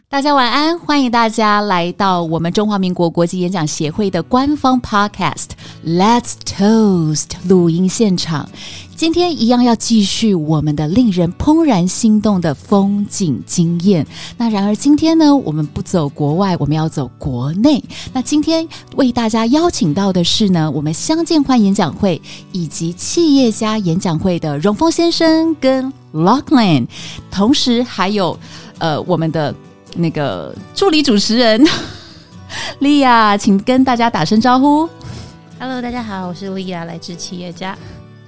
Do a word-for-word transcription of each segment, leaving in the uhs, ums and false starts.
大家晚安，欢迎大家来到我们中华民国国际演讲协会的官方 Podcast Let's Toast 录音现场。今天一样要继续我们的令人怦然心动的风景经验。那然而今天呢，我们不走国外，我们要走国内。那今天为大家邀请到的是呢，我们相见欢演讲会以及企业家演讲会的荣丰先生跟 Lachlan， 同时还有呃我们的那个助理主持人莉亚，请跟大家打声招呼。 Hello， 大家好，我是莉亚，来自企业家。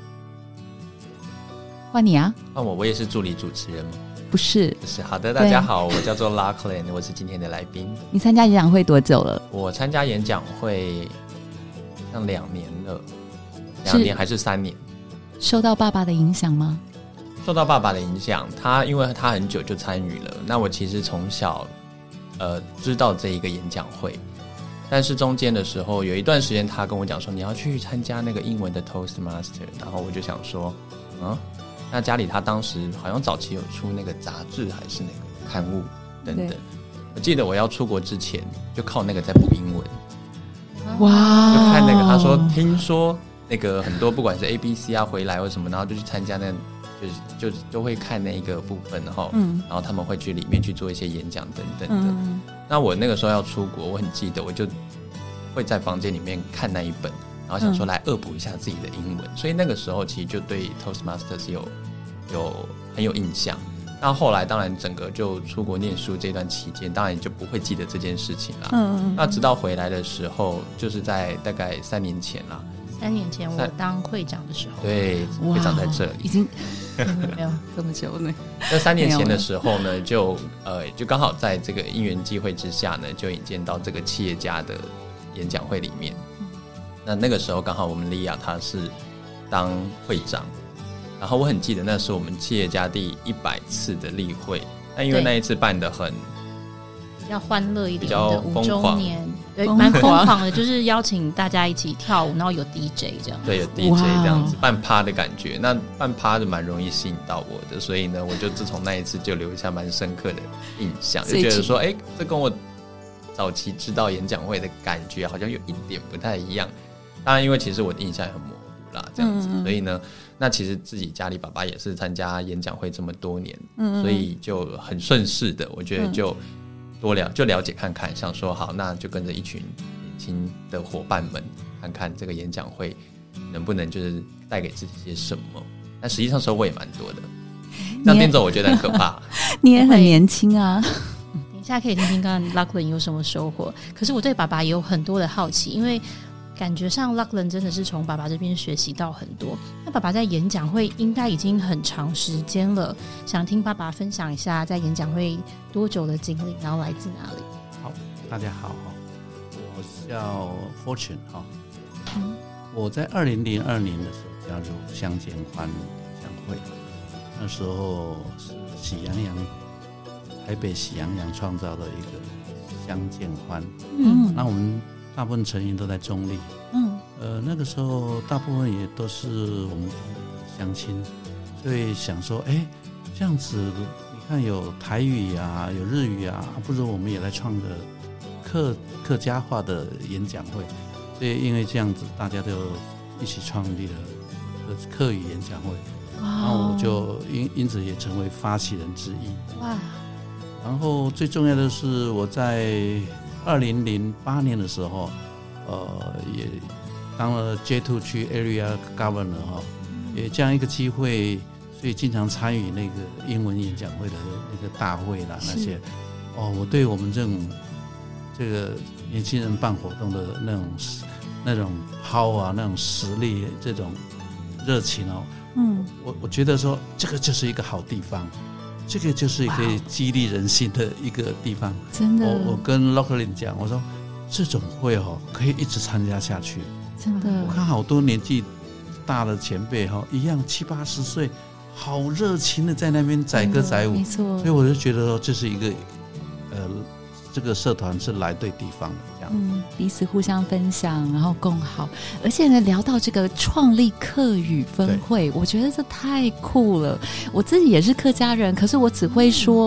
换你啊。 换我，我也是助理主持人吗？ 不是， 不是。好的，大家好，我叫做 Lachlan， 我是今天的来宾。 你参加演讲会多久了？ 我参加演讲会像两年了，两年还是三年。 受到爸爸的影响吗？ 受到爸爸的影响，他因为他很久就参与了，那我其实从小呃知道这一个演讲会，但是中间的时候有一段时间他跟我讲说你要去参加那个英文的 Toastmaster， 然后我就想说嗯，那家里他当时好像早期有出那个杂志还是那个刊物等等，我记得我要出国之前就靠那个在补英文。 哇， 就看那个他说听说那个很多不管是 A B C 啊回来或什么，然后就去参加那个就就就会看那一个部分，然后、嗯、然后他们会去里面去做一些演讲等等的、嗯、那我那个时候要出国，我很记得我就会在房间里面看那一本，然后想说来恶补一下自己的英文、嗯、所以那个时候其实就对 Toastmasters 有有很有印象。那后来当然整个就出国念书这段期间当然就不会记得这件事情啦、嗯、那直到回来的时候就是在大概三年前啦， 三年前我当会长的时候， 对，会长在这里， 已经没有这么久呢。 那三年前的时候呢，就呃，就刚好在这个因缘际会之下呢，就引荐到这个企业家的演讲会里面。那那个时候刚好我们莉亚她是当会长，然后我很记得那是我们企业家第一百次的例会，那因为那一次办得很比较欢乐一点， 比较五周年，对，蛮疯狂的，就是邀请大家一起跳舞，然后有 D J 这样， 对，有 D J 这样子办趴的感觉。那办趴就蛮容易吸引到我的，所以呢，我就自从那一次就留下蛮深刻的印象，就觉得说，哎，这跟我早期知道演讲会的感觉好像有一点不太一样。当然，因为其实我的印象也很模糊啦，这样子，嗯、所以呢，那其实自己家里爸爸也是参加演讲会这么多年，嗯、所以就很顺势的，我觉得就。嗯多了就了解看看，想说好，那就跟着一群年轻的伙伴们看看这个演讲会能不能就是带给自己些什么。但实际上收获也蛮多的，这样边走我觉得很可怕。 你也很年轻啊。 等一下可以听听看 Lachlan 有什么收获。可是我对爸爸也有很多的好奇，因为感觉上 Lachlan 真的是从爸爸这边学习到很多。那爸爸在演讲会应该已经很长时间了，想听爸爸分享一下在演讲会多久的经历，然后来自哪里？ 好，大家好，我叫 Fortune、嗯、我在二零零二年的时候加入相见欢演讲会，那时候是喜羊羊台北喜羊羊创造的一个相见欢，嗯，那我们大部分成员都在中立，嗯，呃，那个时候大部分也都是我们乡亲，所以想说，哎，这样子，你看有台语啊，有日语啊，不如我们也来创个客客家话的演讲会。所以因为这样子，大家都一起创立了客语演讲会，然后我就因因此也成为发起人之一。哇！然后最重要的是我在二零零八年的时候，呃，也当了 J 二 区 Area Governor 哈，也这样一个机会，所以经常参与那个英文演讲会的那个大会啦那些。哦，我对我们这种这个年轻人办活动的那种那种抛啊，那种实力，这种热情哦，嗯，我我觉得说这个就是一个好地方。这个就是可以激励人心的一个地方， 真的。 我我跟 Lachlan 讲，我说这种会哦可以一直参加下去， 真的。 我看好多年纪大的前辈哈，一样七八十岁，好热情的在那边载歌载舞， 没错。 所以我就觉得说这是一个呃，这个社团是来对地方的。 嗯，彼此互相分享，然后共好。而且呢，聊到这个创立客语分会，我觉得这太酷了。我自己也是客家人，可是我只会说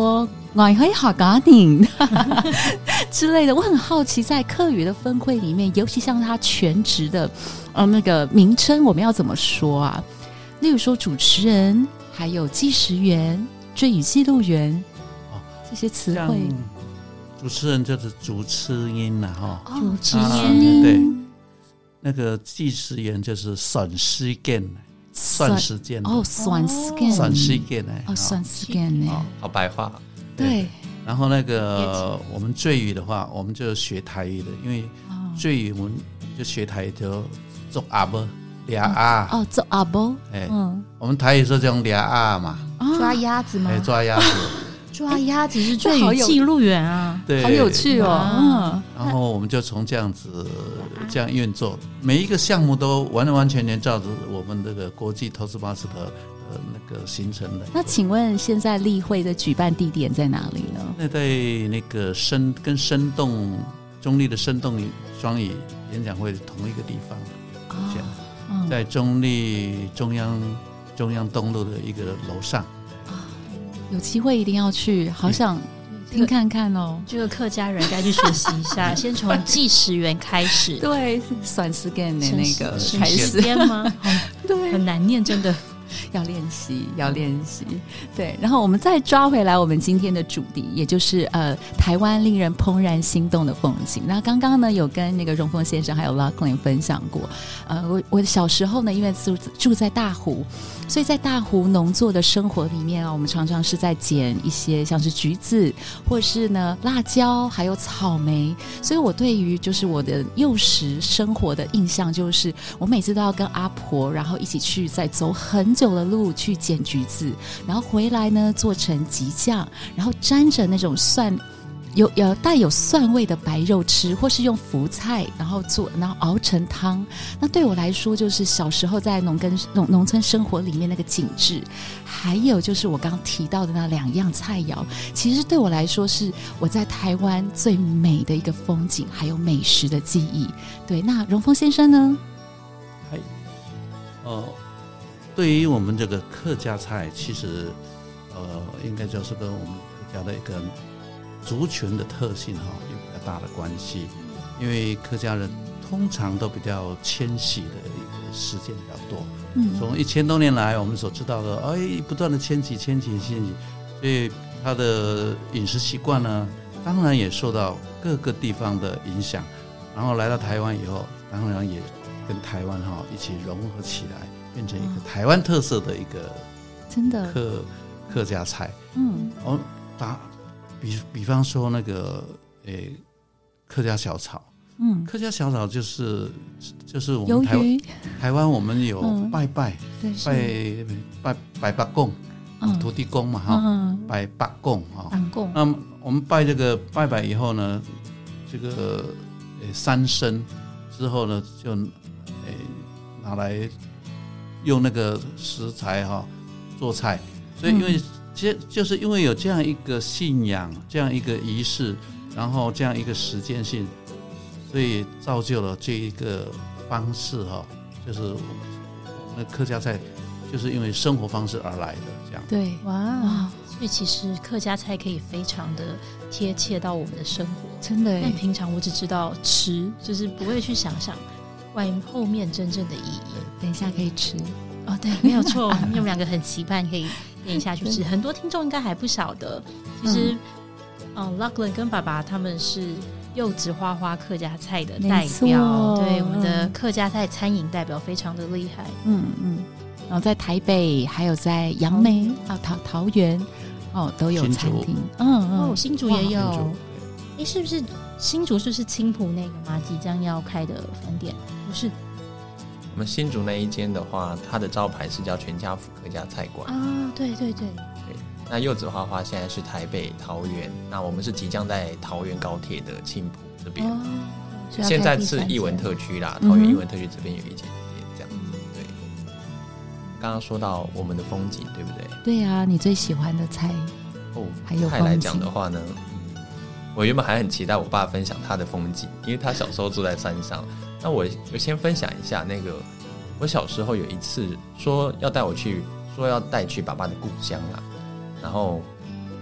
我可以好家庭之类的。我很好奇，在客语的分会里面，尤其像他全职的呃那个名称，我们要怎么说啊？例如说主持人，还有计时员、追语记录员、哦、这些词汇。 主持人就是主持音啦、啊哦、 主持音、 啊、对，那个计时员就是算时间，算时间哦，算时间， 算时间哦，算时间呢， 好白话。 对。 然后那个我们赘语的话，我们就学台语的，因为赘语我们就学台语就做阿伯俩啊， 哦，做阿伯， 哎，嗯，我们台语说这种俩啊嘛， 抓鸭子吗？ 哎，抓鸭子。 抓鸭子是赘语记录员啊， 对， 好有趣哦。嗯， 然后我们就从这样子这样运作，每一个项目都完完全全照着我们这个国际投资巴士的呃那个形成的。 那请问现在例会的举办地点在哪里呢？ 那在那个生跟生动中立的生动双语演讲会同一个地方举行、哦，在中立中央中央东路的一个楼上。 有机会一定要去，好想听看看哦。 这个客家人该去学习一下，先从计时员开始。 对，算时间的那个开始。 时间吗？ 对， 很难念，真的。 要练习，要练习。对，然后我们再抓回来我们今天的主题，也就是呃台湾令人怦然心动的风景。那刚刚呢有跟那个荣丰先生还有 Lachlan 分享过，呃我我小时候呢因为住住在大湖，所以在大湖农作的生活里面啊，我们常常是在捡一些像是橘子，或是呢辣椒，还有草莓。所以我对于就是我的幼时生活的印象，就是我每次都要跟阿婆，然后一起去再走很久的路去捡橘子，然后回来呢做成橘酱，然后沾着那种蒜有有带有蒜味的白肉吃，或是用福菜然后做然后熬成汤。那对我来说就是小时候在农耕农农村生活里面那个景致，还有就是我刚刚提到的那两样菜肴，其实对我来说是我在台湾最美的一个风景还有美食的记忆。对，那荣丰先生呢？ 嗨，哦，对于我们这个客家菜，其实呃应该就是跟我们客家的一个族群的特性哈有比较大的关系，因为客家人通常都比较迁徙的一个时间比较多，嗯，从一千多年来我们所知道的，哎，不断的迁徙、迁徙、迁徙，所以他的饮食习惯呢，当然也受到各个地方的影响，然后来到台湾以后，当然也跟台湾哈一起融合起来，变成一个台湾特色的一个真的客客家菜， 嗯， 哦，打。比比方说那个诶客家小炒，嗯，客家小炒就是就是我们台湾台湾我们有拜拜、嗯、拜拜拜八公，嗯，土地公嘛哈、嗯，拜八公哈， 八公。 那么我们拜这个拜拜以后呢，这个诶三牲之后呢，就诶拿来用那个食材哈做菜，所以因为、嗯其实就是因为有这样一个信仰，这样一个仪式，然后这样一个时间性，所以造就了这一个方式哈，就是我们的客家菜，就是因为生活方式而来的这样。 对， 哇，所以其实客家菜可以非常的贴切到我们的生活， 真的。 但平常我只知道吃，就是不会去想想外后面真正的意义。 等一下可以吃哦，对，没有错，因为我们两个很期盼可以点一下去吃。很多听众应该还不晓得，其实，嗯 Lachlan 跟爸爸他们是柚子花花客家菜的代表，对，我们的客家菜餐饮代表非常的厉害。 嗯嗯，然后在台北，还有在杨梅啊、桃桃园哦都有餐厅。嗯嗯， 哦，新竹也有。哎，是不是新竹就是青埔那个吗？即将要开的分店？不是。 我们新竹那一间的话，它的招牌是叫全家福客家菜馆啊，对对对。 对，那柚子花花现在是台北、桃园，那我们是即将在桃园高铁的青埔这边，哦、现在是艺文特区啦，桃园艺文特区这边有一间店这样子。对，刚刚说到我们的风景，对不对？ 对啊，你最喜欢的菜哦， 还有菜来讲的话呢，我原本还很期待我爸分享他的风景，因为他小时候住在山上。那我我先分享一下那个，我小时候有一次说要带我去，说要带去爸爸的故乡啦，然后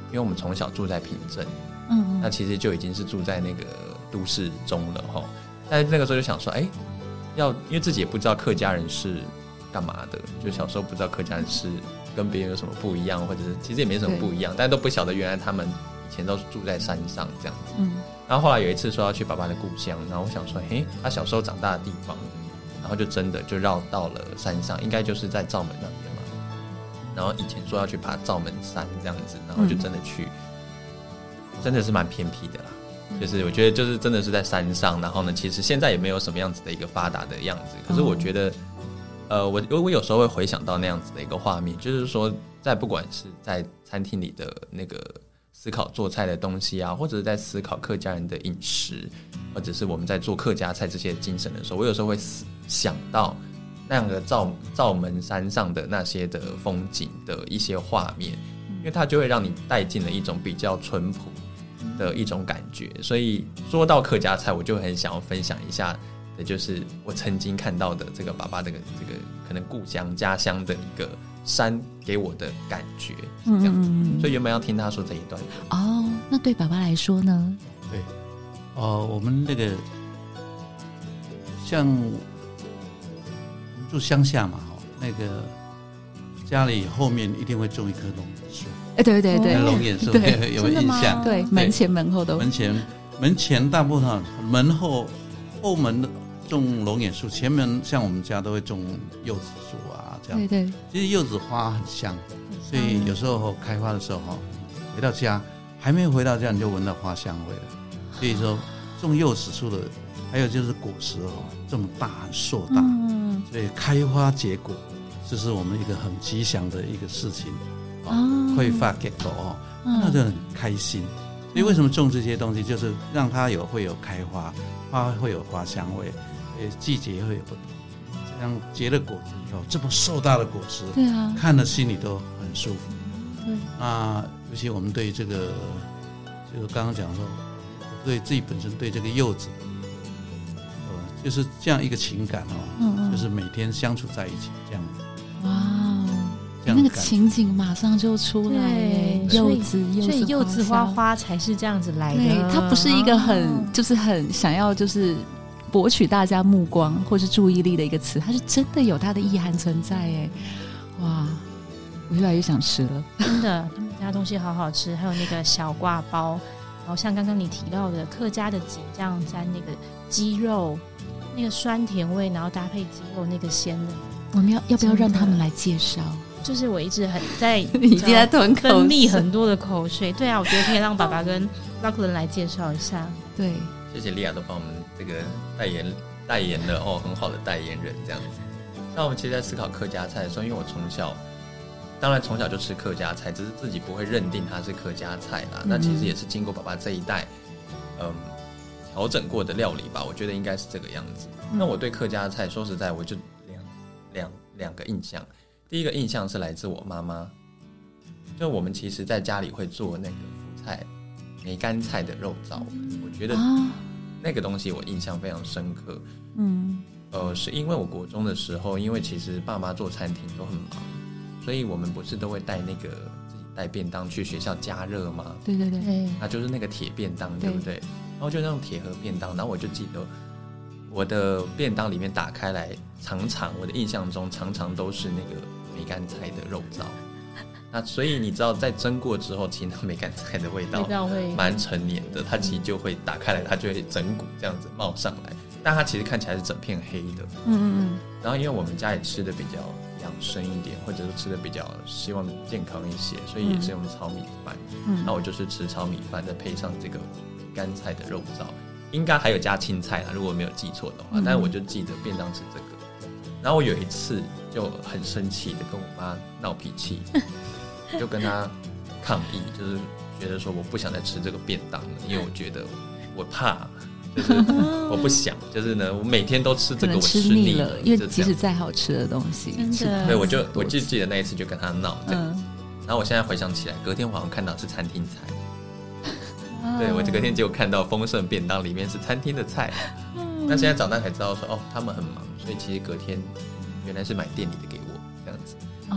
因为我们从小住在平镇， 嗯， 那其实就已经是住在那个都市中了齁。但是那个时候就想说，哎、欸，要因为自己也不知道客家人是干嘛的，就小时候不知道客家人是跟别人有什么不一样，或者是其实也没什么不一样，但都不晓得原来他们以前都是住在山上这样子。嗯，然后后来有一次说要去爸爸的故乡，然后我想说，嘿，他小时候长大的地方，然后就真的就绕到了山上，应该就是在罩门那边嘛。然后以前说要去爬罩门山这样子，然后就真的去，嗯、真的是蛮偏僻的啦。就是我觉得就是真的是在山上，然后呢，其实现在也没有什么样子的一个发达的样子。可是我觉得，哦、呃，我我有时候会回想到那样子的一个画面，就是说，在不管是在餐厅里的那个思考做菜的东西啊，或者是在思考客家人的饮食，或者是我们在做客家菜这些精神的时候，我有时候会想到那样的罩罩门山上的那些的风景的一些画面，因为它就会让你带进了一种比较淳朴的一种感觉。所以说到客家菜，我就很想要分享一下的就是我曾经看到的这个爸爸这个这个可能故乡家乡的一个山给我的感觉是这样子。嗯、所以原本要听他说这一段哦。那对爸爸来说呢？ 对，哦、呃，我们那个像我们住乡下嘛，那个家里后面一定会种一棵龙眼树。 哎，对对对， 龙眼树有没有印象？ 对，门前门后都门前门前大部分门后后门种龙眼树，前门像我们家都会种柚子树啊，这样。 对对， 其实柚子花很香，所以有时候开花的时候回到家还没有回到家你就闻到花香味了。所以说种柚子树的，还有就是果实哦这么大很硕大，嗯、所以开花结果，这是我们一个很吉祥的一个事情。哦，会发结果哦，那就很开心。所以为什么种这些东西，就是让它有会有开花，花会有花香味，呃，季节会有不同。这样结了果子以后，这么硕大的果实， 对啊， 看了心里都很舒服。 对， 那尤其我们对这个，就刚刚讲说，对自己本身对这个柚子，呃，就是这样一个情感哦，嗯嗯，就是每天相处在一起这样。 哇。那个情景马上就出来耶，柚子柚子所以柚子花花才是这样子来的。 对，它不是一个很、哦、就是很想要就是博取大家目光或是注意力的一个词，它是真的有它的意涵存在耶。哇，我越来越想吃了， 真的，他们家东西好好吃，还有那个小挂包，然后像刚刚你提到的客家的锦酱沾那个鸡肉，那个酸甜味，然后搭配鸡肉那个鲜的， 我们要要不要让他们来介绍？ 就是我一直很在已经在吞口水， 分泌很多的口水。对啊，我觉得可以让爸爸跟 Lachlan 来介绍一下。 对， 谢谢莉亚都帮我们这个代言代言了哦，很好的代言人这样子。那我们其实在思考客家菜的时候，因为我从小当然从小就吃客家菜，只是自己不会认定它是客家菜啦。嗯、那其实也是经过爸爸这一代嗯调整过的料理吧，我觉得应该是这个样子。嗯、那我对客家菜说实在，我就两两两个印象。第一个印象是来自我妈妈，就我们其实在家里会做那个福菜梅干菜的肉燥，我觉得那个东西我印象非常深刻。嗯，呃，是因为我国中的时候，因为其实爸妈做餐厅都很忙，所以我们不是都会带那个自己带便当去学校加热吗？ 对对对， 那就是那个铁便当，对不对？然后就那种铁盒便当，然后我就记得我的便当里面打开来，常常我的印象中常常都是那个梅干菜的肉燥。那所以你知道在蒸过之后，其实那梅干菜的味道蛮陈年的，它其实就会打开来，它就会整股这样子冒上来，但它其实看起来是整片黑的。嗯嗯嗯。然后因为我们家里吃的比较养生一点，或者是吃的比较希望健康一些，所以也是用炒米饭。嗯。那我就是吃炒米饭，再配上这个梅干菜的肉燥，应该还有加青菜啦，如果没有记错的话。嗯、但是我就记得便当是这个。然后我有一次就很生气的跟我妈闹脾气，就跟她抗议，就是觉得说我不想再吃这个便当了，因为我觉得我怕，就是我不想，就是呢，我每天都吃这个，我吃腻了， 因为即使再好吃的东西， 真的， 对，我就我就记得那一次就跟她闹这样子。嗯、然后我现在回想起来，隔天我好像看到是餐厅菜，哦、对我隔天结果看到丰盛便当里面是餐厅的菜。那现在长大才知道说，哦，他们很忙，所以其实隔天原来是买店里的给我这样子。哦，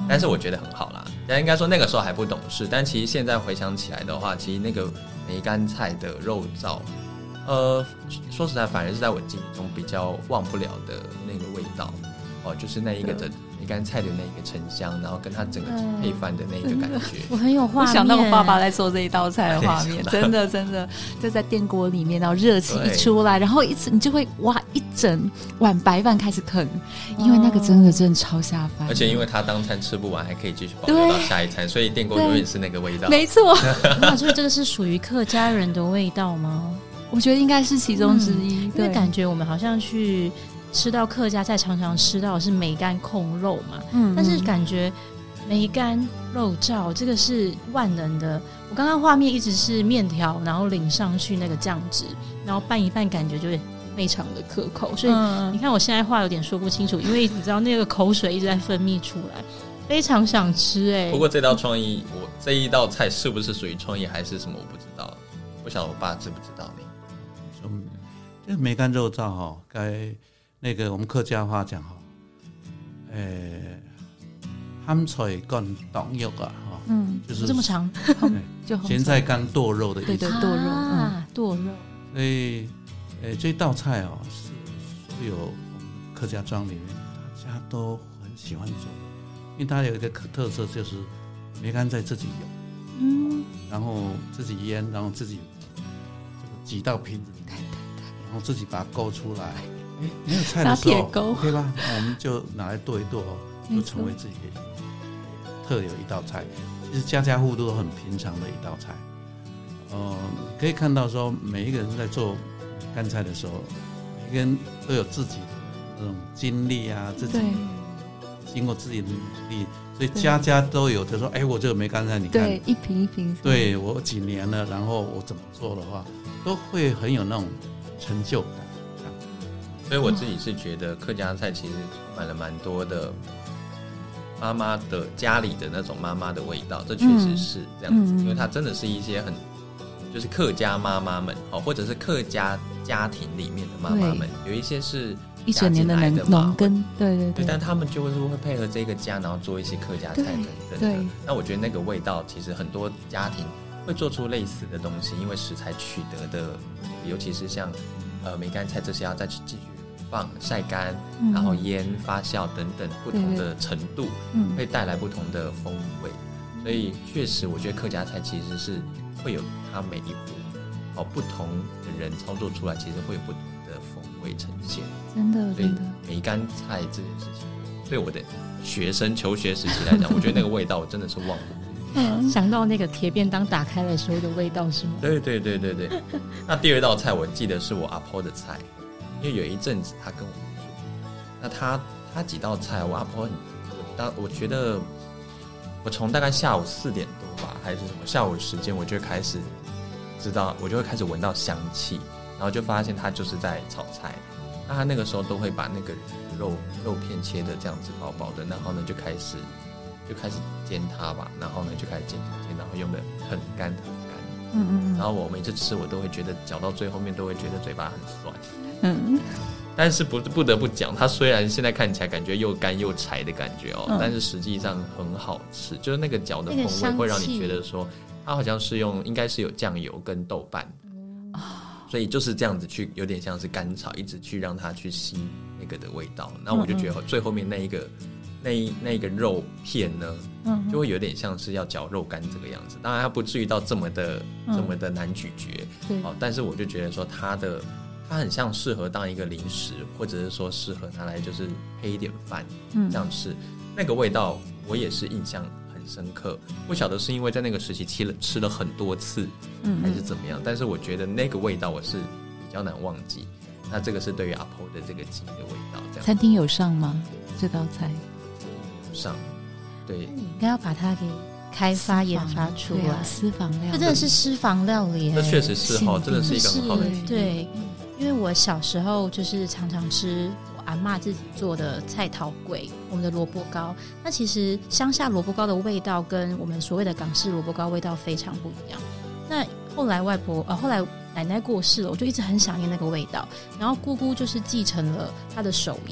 但是我觉得很好啦。但应该说那个时候还不懂事，但其实现在回想起来的话，其实那个梅干菜的肉燥，呃，说实在，反而是在我记忆中比较忘不了的那个味道哦，就是那一个的梅干菜的那个沉香，然后跟它整个配饭的那个感觉， 我很有画面。 我想到我爸爸在做这一道菜的画面，真的真的就在电锅里面，然后热气一出来，然后一次你就会哇一整碗白饭开始啃，因为那个真的真的超下饭， 而且因为他当餐吃不完，还可以继续保留到下一餐，所以电锅永远是那个味道。 没错， 那所以这个是属于客家人的味道吗？ 我觉得应该是其中之一， 嗯、因为感觉我们好像去吃到客家菜，常常吃到的是梅干控肉嘛，嗯，但是感觉梅干肉燥这个是万能的。我刚刚画面一直是面条，然后淋上去那个酱汁，然后拌一拌，感觉就会非常的可口。所以你看我现在话有点说不清楚，因为你知道那个口水一直在分泌出来，非常想吃哎、欸。 不过这道创意，我这一道菜是不是属于创意还是什么，我不知道。不晓得我爸知不知道呢？ 嗯，这梅干肉燥哈，该那个我们客家话讲哈，诶，咸菜干冻肉啊，哈，嗯，就是这么长， 就咸菜干剁肉的意思， 对对剁肉啊，剁肉。 所以，诶，这道菜哦，是所有客家庄里面大家都很喜欢做的，因为它有一个特色就是梅干菜自己有，嗯，然后自己腌，然后自己挤到瓶子里面，然后自己把它勾出来。哎，没有菜的时候 ，OK 吧？我们就拿来剁一剁哦，就成为自己的特有一道菜。其实家家户户都很平常的一道菜。呃，可以看到说，每一个人在做干菜的时候，每个人都有自己的那种经历啊，自己经过自己的努力，所以家家都有的说，哎，我这个梅干菜，你看， 对，一瓶一瓶， 对我几年了，然后我怎么做的话，都会很有那种成就感。 所以我自己是觉得客家菜其实充满了蛮多的妈妈的家里的那种妈妈的味道，这确实是这样子，嗯、因为它真的是一些很就是客家妈妈们哦，或者是客家家庭里面的妈妈们，有一些是一整年的农耕，对对对, 对，但他们就会会配合这个家，然后做一些客家菜等等的。那我觉得那个味道，其实很多家庭会做出类似的东西，因为食材取得的，尤其是像呃梅干菜这些要再去继续放晒干，然后腌发酵等等不同的程度，嗯、会带来不同的风味。所以确实，我觉得客家菜其实是会有它每一步哦不同的人操作出来，其实会有不同的风味呈现。 真的，真的。 梅干菜这件事情，对我的学生求学时期来讲，我觉得那个味道我真的是忘不了。 嗯，想到那个铁便当打开的时候的味道是吗？ 对对对对对。那第二道菜我记得是我阿婆的菜，因为有一阵子他跟我住，那他他几道菜我阿婆很，我当我觉得我从大概下午四点多吧，还是什么下午时间，我就开始知道，我就会开始闻到香气，然后就发现他就是在炒菜。那他那个时候都会把那个肉肉片切的这样子薄薄的，然后呢就开始就开始煎它吧，然后呢就开始煎煎煎，然后用的很干很干，嗯嗯，然后我每次吃我都会觉得嚼到最后面都会觉得嘴巴很酸，嗯，但是不不得不讲，它虽然现在看起来感觉又干又柴的感觉哦，嗯、但是实际上很好吃，就是那个嚼的风味会让你觉得说它好像是用应该是有酱油跟豆瓣。嗯所以就是这样子去，有点像是干炒，一直去让它去吸那个的味道。那我就觉得最后面那一个、嗯、那一那一个肉片呢，嗯、就会有点像是要嚼肉干这个样子。当然它不至于到这么的、嗯、这么的难咀嚼，哦，但是我就觉得说它的它很像适合当一个零食，或者是说适合拿来就是配一点饭、嗯、这样吃。那个味道我也是印象深刻，不晓得是因为在那个时期吃了吃了很多次，嗯，还是怎么样。但是我觉得那个味道我是比较难忘记。那这个是对于阿婆的这个鸡的味道，这样。 餐厅有上吗？这道菜有上，对。 你应该要把它给开发研发出来， 私房料理， 这真的是私房料理。 这确实是哈，真的是一个很好的提议。 对，因为我小时候就是常常吃阿嬷自己做的菜头粿，我们的萝卜糕。那其实乡下萝卜糕的味道跟我们所谓的港式萝卜糕味道非常不一样。那后来外婆呃，后来奶奶过世了，我就一直很想念那个味道。然后姑姑就是继承了她的手艺，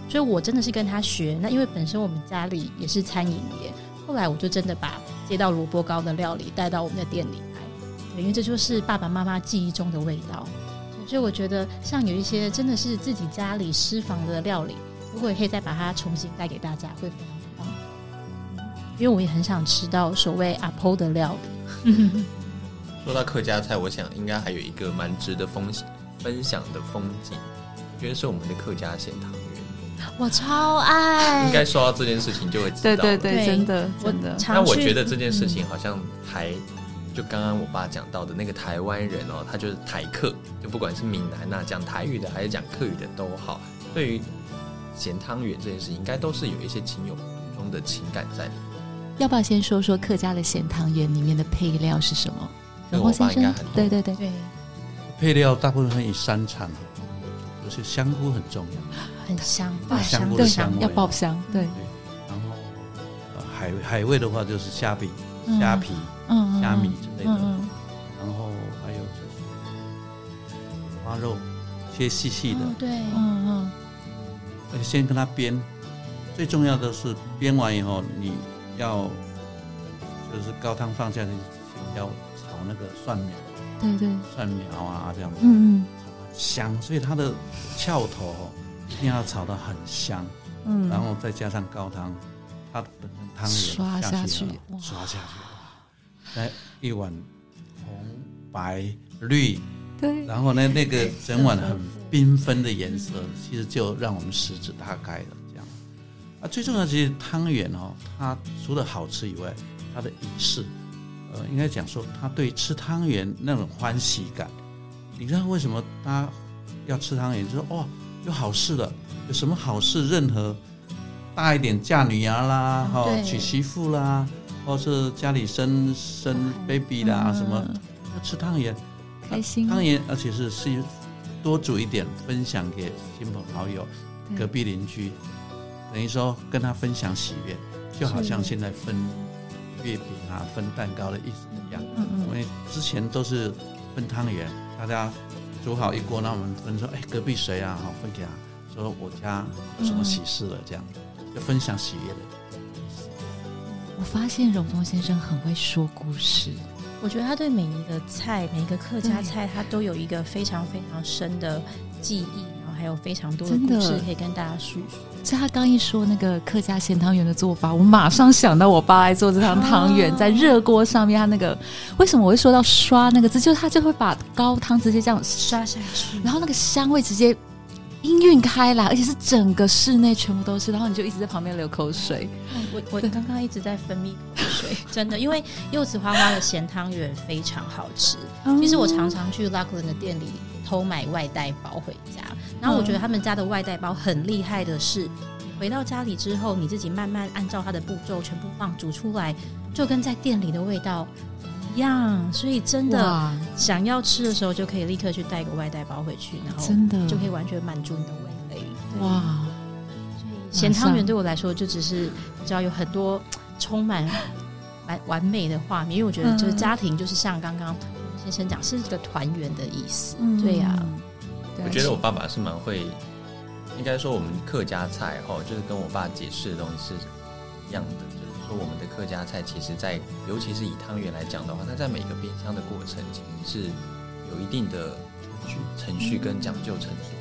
所以我真的是跟他学。那因为本身我们家里也是餐饮业，后来我就真的把接到萝卜糕的料理带到我们的店里来，对，因为这就是爸爸妈妈记忆中的味道。所以我觉得像有一些真的是自己家里私房的料理，如果也可以再把它重新带给大家，会非常棒。因为我也很想吃到所谓阿婆的料理。 说到客家菜，我想应该还有一个蛮值得分分享的风景，我觉得是我们的客家咸汤圆。 我超爱， 应该说到这件事情就会知道。 对对对，真的真的。 但我觉得这件事情好像还、嗯、就刚刚我爸讲到的那个台湾人哦，他就是台客，就不管是闽南啊讲台语的还是讲客语的都好，对于咸汤圆这件事情应该都是有一些情有独钟的情感在里面。要不要先说说客家的咸汤圆里面的配料是什么？ 荣光先生， 对对对对， 配料大部分以山产，就是香菇很重要， 很香， 爆香菇的香味要爆香，对。 对然后、呃、海海味的话就是虾皮、嗯、虾皮、嗯、虾米之类的，嗯、然后还有就是花肉切细细的， 哦、对， 嗯嗯，而且先跟它煸，最重要的是煸完以后你要就是高汤放下去，要炒那个蒜苗， 对对， 蒜苗啊这样子， 嗯嗯， 很香，所以它的翘头一定要炒得很香，嗯，然后再加上高汤，它本身汤圆刷下去， 刷下去，来一碗红白绿， 对， 然后呢那个整碗很缤纷的颜色，其实就让我们食指大开了这样。啊，最重要的其实汤圆哦，它除了好吃以外，它的仪式。呃，应该讲说，他对吃汤圆那种欢喜感，你知道为什么他要吃汤圆？就说哦，有好事了，有什么好事？任何大一点嫁女儿啦，哈、哦，娶媳妇啦，或是家里生生 baby 啦，嗯、什么要吃汤圆， 开心。 汤圆，而且是是多煮一点，分享给亲朋好友、隔壁邻居，等于说跟他分享喜悦，就好像现在分月饼啊，分蛋糕的意思一样。嗯嗯，因为之前都是分汤圆，大家煮好一锅，那我们分说，哎，隔壁谁啊？好，分给他，说我家有什么喜事了，这样就分享喜悦的意思。 我发现荣丰先生很会说故事， 我觉得他对每一个菜，每一个客家菜，他都有一个非常非常深的记忆，然后还有非常多的故事可以跟大家叙述。 所以他刚一说那个客家咸汤圆的做法，我马上想到我爸来做这汤汤圆，在热锅上面，他那个为什么我会说到刷那个字，就是他就会把高汤直接这样刷下去， 然后那个香味直接氤氲开来，而且是整个室内全部都是，然后你就一直在旁边流口水。 我我刚刚一直在分泌口水，真的，因为柚子花花的咸汤圆非常好吃。嗯、其实我常常去 Lachlan 的店里偷买外带包回家，然后我觉得他们家的外带包很厉害的是，你回到家里之后，你自己慢慢按照它的步骤全部放煮出来，就跟在店里的味道一样。所以真的想要吃的时候，就可以立刻去带个外带包回去，然后真的就可以完全满足你的味蕾。 哇！ 所以咸汤圆对我来说，就只是你知道有很多充满完完美的画面，因为我觉得就是家庭，就是像刚刚先生讲，是一个团圆的意思。嗯、对呀、啊， 我觉得我爸爸是蛮会，应该说我们客家菜哈，就是跟我爸解释的东西是一样的，就是说我们的客家菜其实在，尤其是以汤圆来讲的话，它在每个煸香的过程其实是有一定的程序跟讲究程度。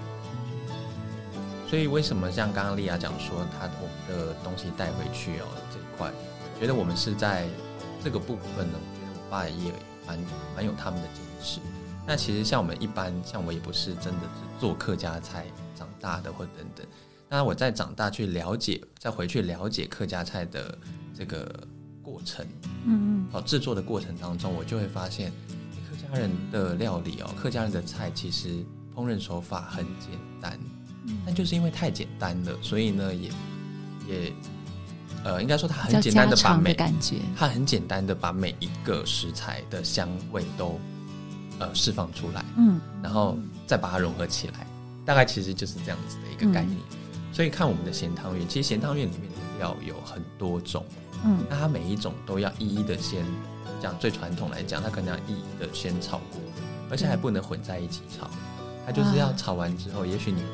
所以为什么像刚刚丽亚讲说，他我们的东西带回去哦这一块，觉得我们是在这个部分呢，我觉得我爸也蛮蛮有他们的坚持。那其实像我们一般，像我也不是真的是做客家菜长大的或等等。那我在长大去了解，再回去了解客家菜的这个过程，嗯嗯，好制作的过程当中，我就会发现客家人的料理哦，客家人的菜其实烹饪手法很简单。但就是因为太简单了，所以呢，也也呃，应该说它很简单的把每感觉， 它很简单的把每一个食材的香味都呃释放出来，嗯，然后再把它融合起来，大概其实就是这样子的一个概念。嗯、所以看我们的咸汤圆，其实咸汤圆里面的料有很多种，嗯，那它每一种都要一一的先讲，最传统来讲，它可能要一一的先炒过，而且还不能混在一起炒，它就是要炒完之后，也许你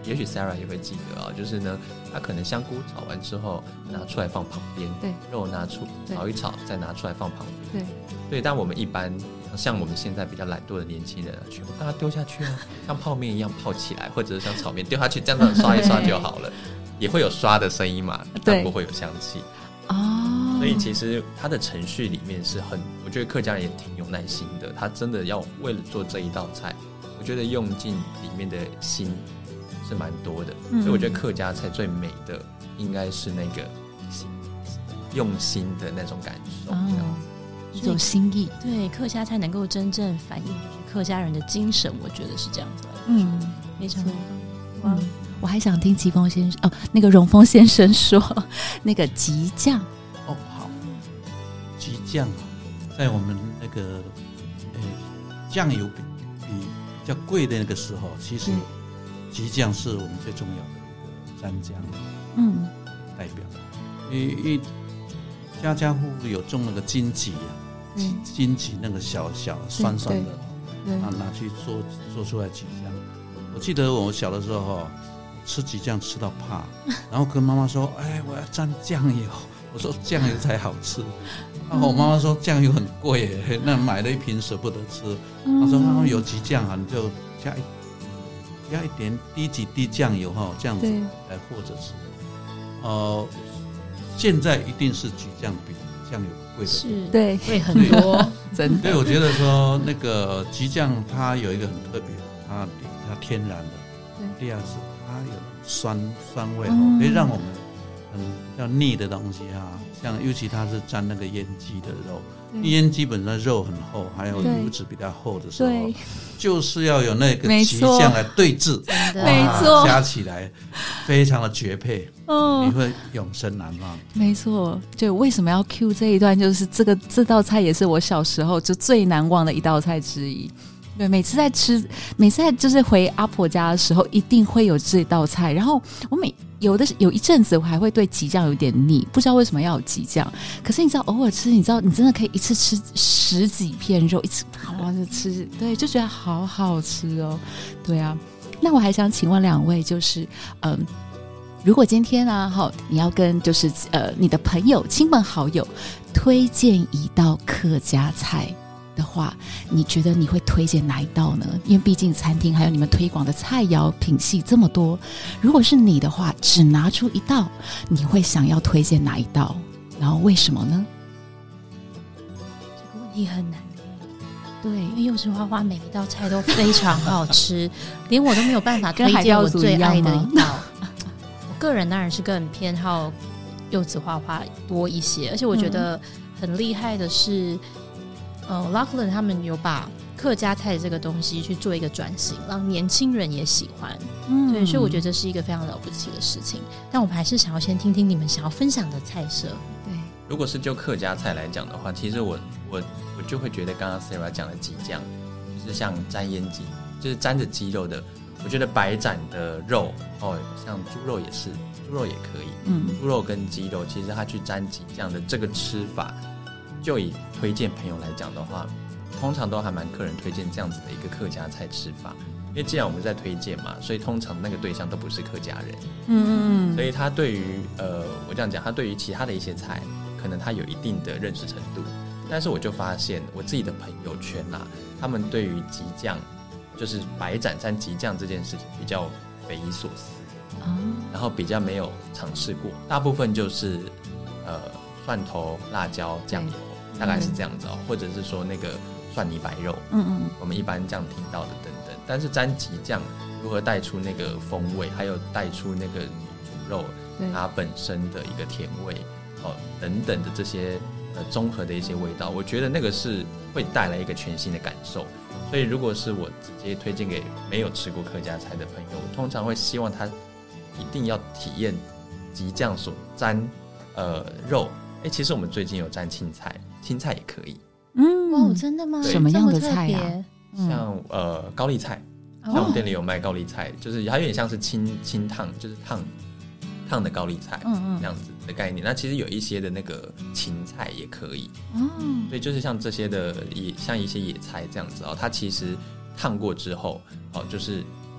也许 Sarah 也会记得啊，就是呢，他可能香菇炒完之后拿出来放旁边， 对， 肉拿出炒一炒，再拿出来放旁边， 对， 对。但我们一般像我们现在比较懒惰的年轻人啊，全部让它丢下去啊，像泡面一样泡起来，或者是像炒面丢下去，这样子刷一刷就好了，也会有刷的声音嘛，但不会有香气。哦，所以其实它的程序里面是很，我觉得客家人也挺有耐心的，他真的要为了做这一道菜，我觉得用尽里面的心是蛮多的，嗯、所以我觉得客家菜最美的应该是那个心用心的那种感受，哦， 一种心意。 对，客家菜能够真正反映就是客家人的精神，我觉得是这样子。 嗯， 非常棒。 哇，嗯，我还想听吉峰先生哦，那个荣峰先生说那个吉酱。 哦，好，吉酱啊，在我们那个呃酱油比比较贵的那个时候，其实吉酱是我们最重要的一个蘸酱，嗯，代表。因为因为家家户户有种那个金桔啊，嗯，金桔那个小小酸酸的，拿拿去做做出来吉酱。我记得我小的时候吃吉酱吃到怕，然后跟妈妈说：“哎，我要蘸酱油。”我说：“酱油才好吃。”然后我妈妈说：“酱油很贵，那买了一瓶舍不得吃。”她说：“那有吉酱啊，你就加一加一点滴几滴酱油哈，这样子来和着吃。”呃，现在一定是吉酱比酱油贵的， 是， 对， 贵很多， 真的。 所以我觉得说那个吉酱它有一个很特别，它它天然的，第二是它有酸酸味，嗯，可以让我们很比较腻的东西啊，像尤其它是沾那个腌鸡的肉，腌鸡本身肉很厚，还有油脂比较厚的时候，就是要有那个吉酱来对峙， 没错， 加起来非常的绝配，嗯，你会永生难忘。 没错，就为什么要 cue 这一段，就是这个这道菜也是我小时候就最难忘的一道菜之一。对，每次在吃，每次在就是回阿婆家的时候，一定会有这道菜。然后我每有的有一阵子，我还会对吉酱有点腻，不知道为什么要有吉酱。可是你知道，偶尔吃，你知道，你真的可以一次吃十几片肉，一次好好的吃，对，就觉得好好吃哦。对啊，那我还想请问两位，就是嗯，如果今天啊，好，你要跟就是呃你的朋友、亲朋好友推荐一道客家菜的话，你觉得你会推荐哪一道呢？因为毕竟餐厅还有你们推广的菜肴品系这么多，如果是你的话，只拿出一道，你会想要推荐哪一道？然后为什么呢？ 这个问题很难。对，因为柚子花花每一道菜都非常好吃，连我都没有办法推荐我最爱的一道。我个人当然是更偏好柚子花花多一些，而且我觉得很厉害的是。呃 Lachlan 他们有把客家菜这个东西去做一个转型，让年轻人也喜欢，嗯，对，所以我觉得这是一个非常了不起的事情。但我们还是想要先听听你们想要分享的菜色。 对， 如果是就客家菜来讲的话，其实我我我就会觉得刚刚 Sarah 讲的鸡酱，就是像沾腌鸡，就是沾着鸡肉的。我觉得白斩的肉哦，像猪肉也是，猪肉也可以，嗯，猪肉跟鸡肉，其实它去沾鸡酱的这个吃法。就以推荐朋友来讲的话，通常都还蛮客人推荐这样子的一个客家菜吃法，因为既然我们在推荐嘛，所以通常那个对象都不是客家人，嗯嗯，所以他对于呃，我这样讲，他对于其他的一些菜，可能他有一定的认识程度，但是我就发现我自己的朋友圈啦，他们对于吉酱，就是白斩蘸吉酱这件事情比较匪夷所思，哦，然后比较没有尝试过，大部分就是呃蒜头、辣椒、酱油。大概是这样子哦，或者是说那个蒜泥白肉，嗯嗯，我们一般这样听到的等等。但是沾吉酱如何带出那个风味，还有带出那个煮肉它本身的一个甜味哦等等的这些呃综合的一些味道，我觉得那个是会带来一个全新的感受。所以如果是我直接推荐给没有吃过客家菜的朋友，我通常会希望他一定要体验吉酱所沾呃肉。哎，其实我们最近有沾青菜。青菜也可以， 嗯，哦，真的吗？ 什么样的菜呀、啊？ 像呃高丽菜，像我们店里有卖高丽菜，就是它有点像是清清烫，就是烫烫的高丽菜，嗯嗯，这样子的概念。那其实有一些的那个芹菜也可以，嗯，所以就是像这些的野，像一些野菜这样子哦，它其实烫过之后，哦，就是原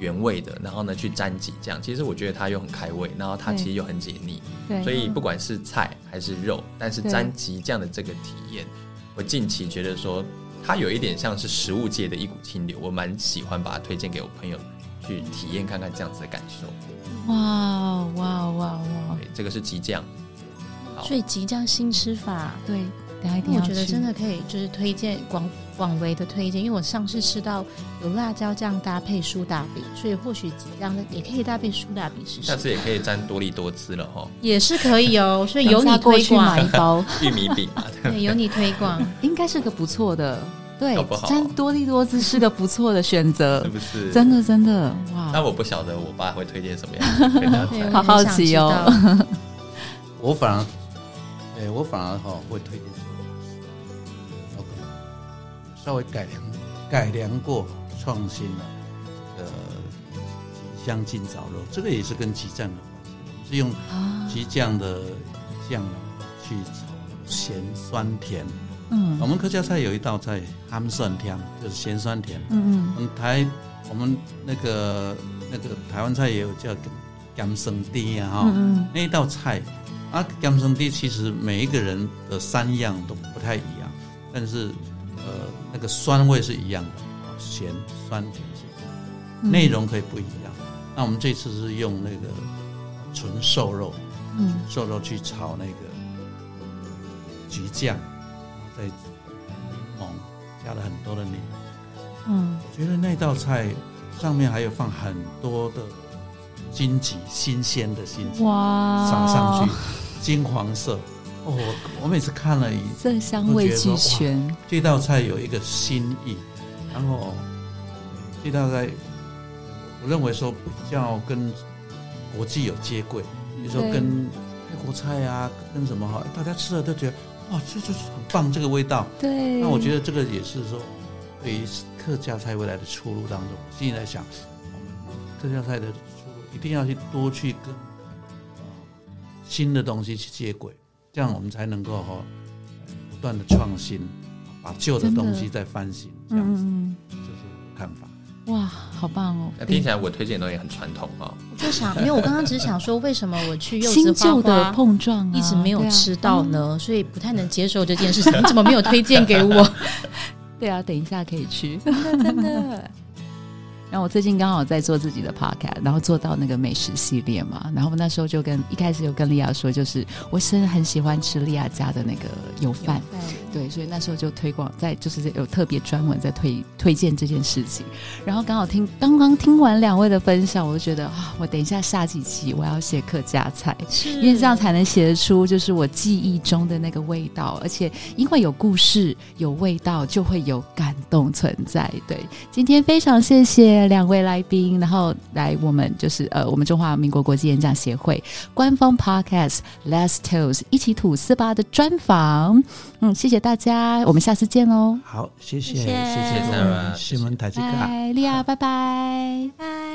原味的，然后呢去沾几酱，其实我觉得它又很开胃，然后它其实又很解腻，所以不管是菜还是肉，但是沾几酱的这个体验，我近期觉得说它有一点像是食物界的一股清流，我蛮喜欢把它推荐给我朋友去体验看看这样子的感受。 哇哇哇哇！ 对，这个是极酱， 所以极酱新吃法， 对，等下一定要去。 我觉得真的可以，就是推荐广广为的推荐，因为我上次吃到有辣椒酱搭配苏打饼，所以或许极酱也可以搭配苏打饼试试。 下次也可以沾多利多滋了哈， 也是可以哦。所以由你推广买一包玉米饼嘛， 对，由你推广， 应该是个不错的。对， 好沾多利多滋是个不错的选择， 是不是？ 真的真的哇！ 但我不晓得我爸会推荐什么样的给大家好好奇哦。 我反而，对我反而哈、哦、会推荐说 ，OK， 稍微改良改良过、创新了这个极香金枣肉，这个也是跟极酱的关系。我们是用极酱的酱去炒咸酸甜。嗯，我们客家菜有一道菜咸酸甜，就是咸酸甜。嗯嗯，我们台我们那个那个台湾菜也有叫咸酸甜啊哈、哦嗯嗯，那一道菜啊咸酸甜其实每一个人的三样都不太一样，但是呃那个酸味是一样的，咸酸甜是一样的，内容可以不一样。嗯、那我们这次是用那个纯瘦肉，嗯，瘦肉去炒那个橘酱。在柠檬加了很多的柠檬，嗯，我觉得那道菜上面还有放很多的荆棘，新鲜的荆棘，哇，撒上去，金黄色，哦，我我每次看了一色香味俱全， 这道菜有一个新意，然后这道菜我认为说比较跟国际有接轨，比如说跟泰国菜啊，跟什么哈，大家吃了都觉得。哇，这就是很棒，这个味道。对，那我觉得这个也是说，对于客家菜未来的出路当中，我心里在想，我们客家菜的出路一定要去多去跟、呃、新的东西去接轨，这样我们才能够哈、哦、不断的创新，把旧的东西再翻新，这样子，嗯、这是我的看法。 哇，好棒哦！ 那听起来我推荐的东西很传统哈、哦。 我就想，因为我刚刚只是想说，为什么我去柚子新旧的碰撞、啊、 一直没有吃到呢、啊？所以不太能接受这件事情。你怎么没有推荐给我？ 对啊，等一下可以去，真的真的。然后我最近刚好在做自己的 podcast， 然后做到那个美食系列嘛，然后那时候就跟一开始有跟莉亚说，就是我真的很喜欢吃莉亚家的那个油饭，对，所以那时候就推广在就是有特别专门在推推荐这件事情。然后刚好听刚刚听完两位的分享，我就觉得啊，我等一下下几期我要写客家菜，因为这样才能写得出就是我记忆中的那个味道，而且因为有故事有味道，就会有感动存在。对，今天非常谢谢两位来宾，然后来我们就是呃我们中华民国国际演讲协会官方 podcast Let's Toast 一起吐司吧的专访。嗯，谢谢大家，我们下次见喽。 好，谢谢， 谢谢， 谢谢，西门台吉卡， 利亚，拜拜，拜。